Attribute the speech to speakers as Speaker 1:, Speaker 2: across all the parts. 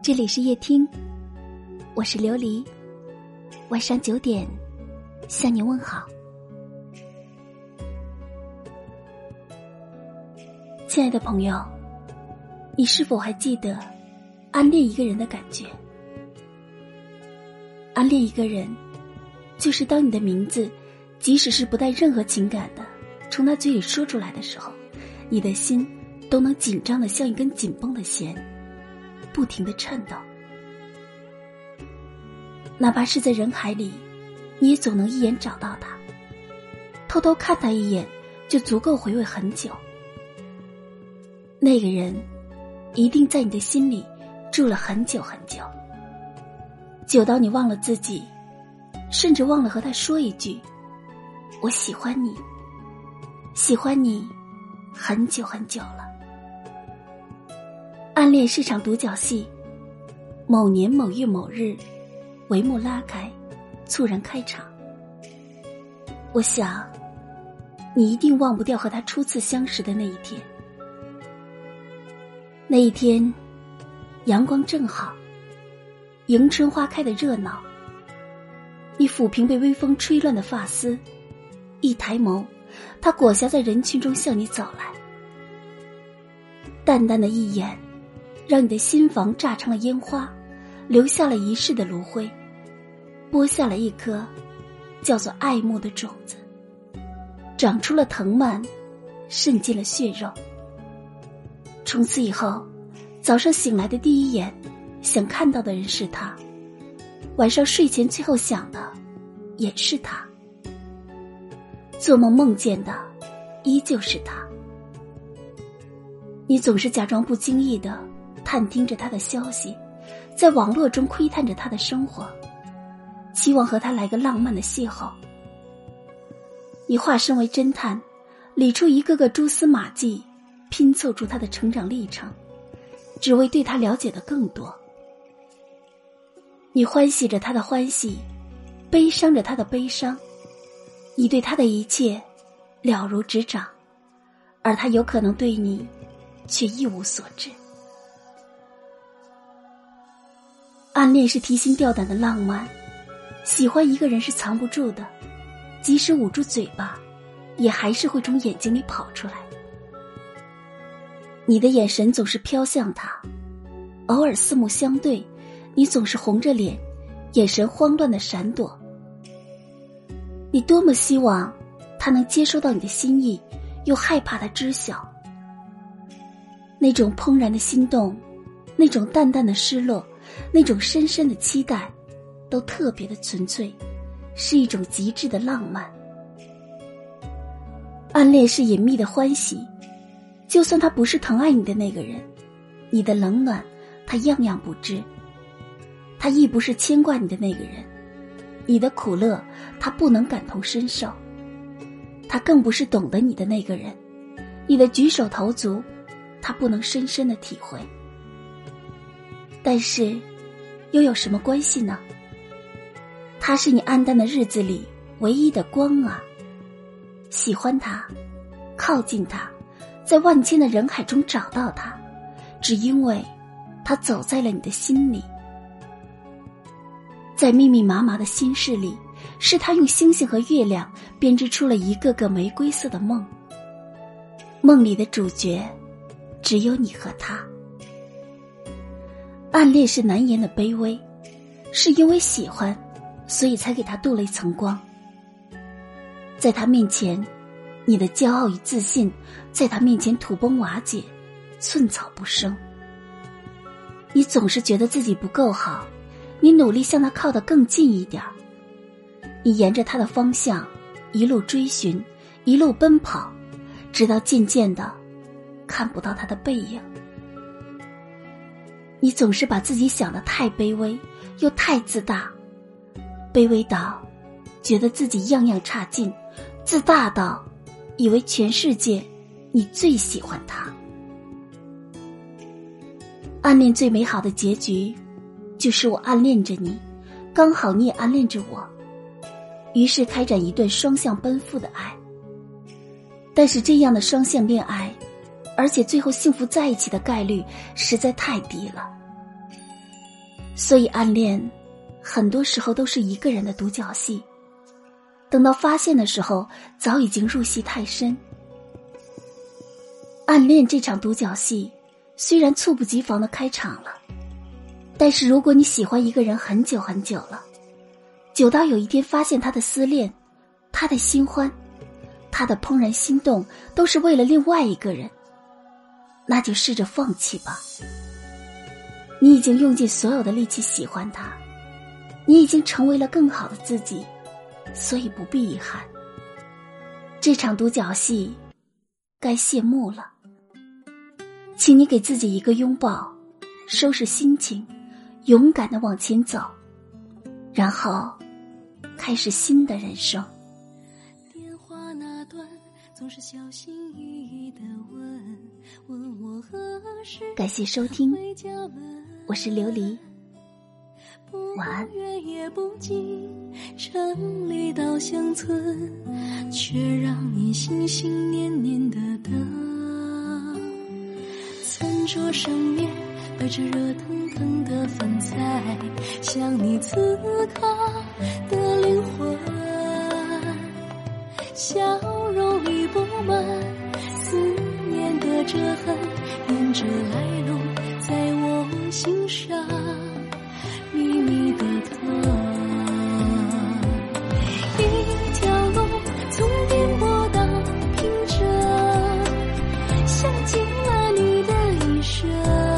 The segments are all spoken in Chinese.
Speaker 1: 这里是夜听，我是琉璃，晚上9点向你问好。亲爱的朋友，你是否还记得暗恋一个人的感觉？暗恋一个人，就是当你的名字即使是不带任何情感的从他嘴里说出来的时候，你的心都能紧张得像一根紧绷的弦，不停地颤抖。哪怕是在人海里，你也总能一眼找到他，偷偷看他一眼就足够回味很久。那个人一定在你的心里住了很久很久，久到你忘了自己，甚至忘了和他说一句我喜欢你，喜欢你很久很久了。暗恋是场独角戏，某年某月某日，帷幕拉开，猝然开场。我想你一定忘不掉和他初次相识的那一天。那一天阳光正好，迎春花开的热闹，你抚平被微风吹乱的发丝，一抬眸，他裹挟在人群中向你走来。淡淡的一眼，让你的心房炸成了烟花，留下了一世的炉灰，播下了一颗叫做爱慕的种子，长出了藤蔓，渗进了血肉。从此以后，早上醒来的第一眼想看到的人是他，晚上睡前最后想的也是他，做梦梦见的依旧是他。你总是假装不经意地探听着他的消息，在网络中窥探着他的生活，期望和他来个浪漫的邂逅。你化身为侦探，理出一个个蛛丝马迹，拼凑出他的成长历程，只为对他了解的更多。你欢喜着他的欢喜，悲伤着他的悲伤，你对他的一切了如指掌，而他有可能对你却一无所知。暗恋是提心吊胆的浪漫，喜欢一个人是藏不住的，即使捂住嘴巴，也还是会从眼睛里跑出来。你的眼神总是飘向他，偶尔四目相对，你总是红着脸，眼神慌乱的闪躲。你多么希望他能接收到你的心意，又害怕他知晓。那种怦然的心动，那种淡淡的失落，那种深深的期待，都特别的纯粹，是一种极致的浪漫。暗恋是隐秘的欢喜，就算他不是疼爱你的那个人，你的冷暖他样样不知。他亦不是牵挂你的那个人，你的苦乐他不能感同身受。他更不是懂得你的那个人，你的举手投足他不能深深的体会。但是又有什么关系呢？他是你暗淡的日子里唯一的光啊！喜欢他，靠近他，在万千的人海中找到他，只因为他走在了你的心里。在密密麻麻的心事里，是他用星星和月亮编织出了一个个玫瑰色的梦，梦里的主角只有你和他。暗恋是难言的卑微，是因为喜欢，所以才给他镀了一层光。在他面前，你的骄傲与自信在他面前土崩瓦解，寸草不生。你总是觉得自己不够好，你努力向他靠得更近一点，你沿着他的方向一路追寻，一路奔跑，直到渐渐的看不到他的背影。你总是把自己想得太卑微，又太自大，卑微到觉得自己样样差劲，自大到以为全世界你最喜欢他。暗恋最美好的结局，就是我暗恋着你，刚好你也暗恋着我，于是开展一段双向奔赴的爱。但是这样的双向恋爱，而且最后幸福在一起的概率实在太低了。 所以暗恋很多时候都是一个人的独角戏，等到发现的时候早已经入戏太深。暗恋这场独角戏虽然猝不及防地开场了，但是如果你喜欢一个人很久很久了，久到有一天发现他的思念，他的新欢，他的怦然心动都是为了另外一个人，那就试着放弃吧。你已经用尽所有的力气喜欢他，你已经成为了更好的自己，所以不必遗憾。这场独角戏该谢幕了，请你给自己一个拥抱，收拾心情，勇敢地往前走，然后开始新的人生。
Speaker 2: 电话那端总是小心翼翼地问我何时
Speaker 1: 感谢收听，我是琉璃，晚安。
Speaker 2: 不远也不近，城里到乡村，却让你心心念念的等。餐桌上面摆着热腾腾的饭菜，像你此刻的灵魂，笑容已布满思念的折痕，沿着来路在我心上秘密的疼。一条路从颠簸到平整，想尽了你的一生，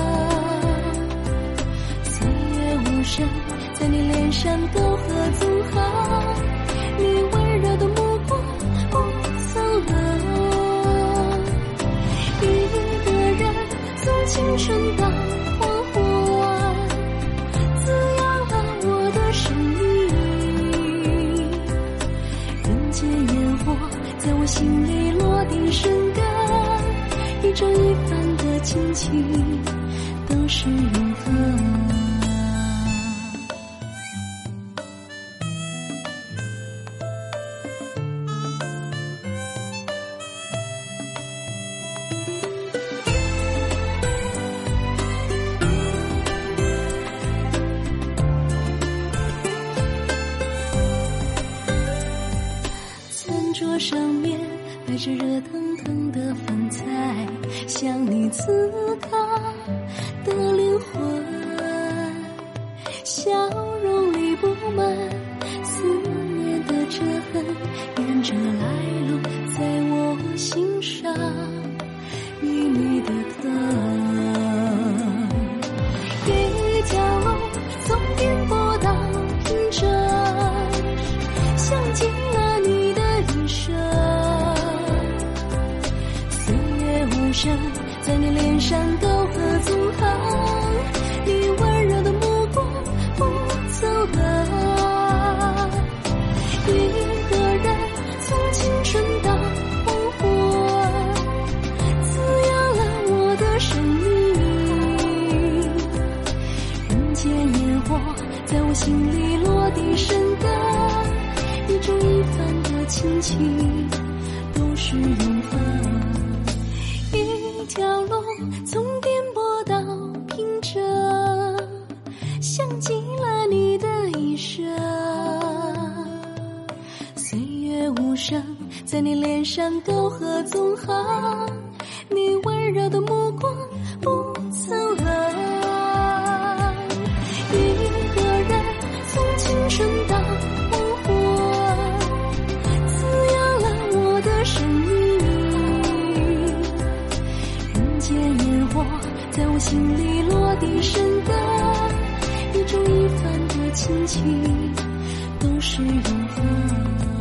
Speaker 2: 岁月无声在你脸上沟壑纵横，你温柔的目光不曾冷。一个人从青春到黄昏，滋养了我的生命。人间烟火在我心里落地生根，一正一反的亲情都是永恒。桌上面摆着热腾腾的饭菜，像你此刻的灵魂，笑容里布满思念的折痕，沿着来路在我心上秘密的疼。一条路从颠簸到平整，想尽了你的一生，岁月无声在你脸上沟壑纵横，你温柔的目光不曾冷。一个人从青春到黄昏，滋养了我的生命。人间烟火在我心里落地生根，一正一反的亲情都是永恒。一条路从颠簸到平整，想尽了你的一生，岁月无声在你脸上沟壑纵横，你温柔的目光不曾冷。一个人从青春到黄昏，滋养了我的生命。人间烟火在我心里落地生根，一正一反的亲情都是永恒。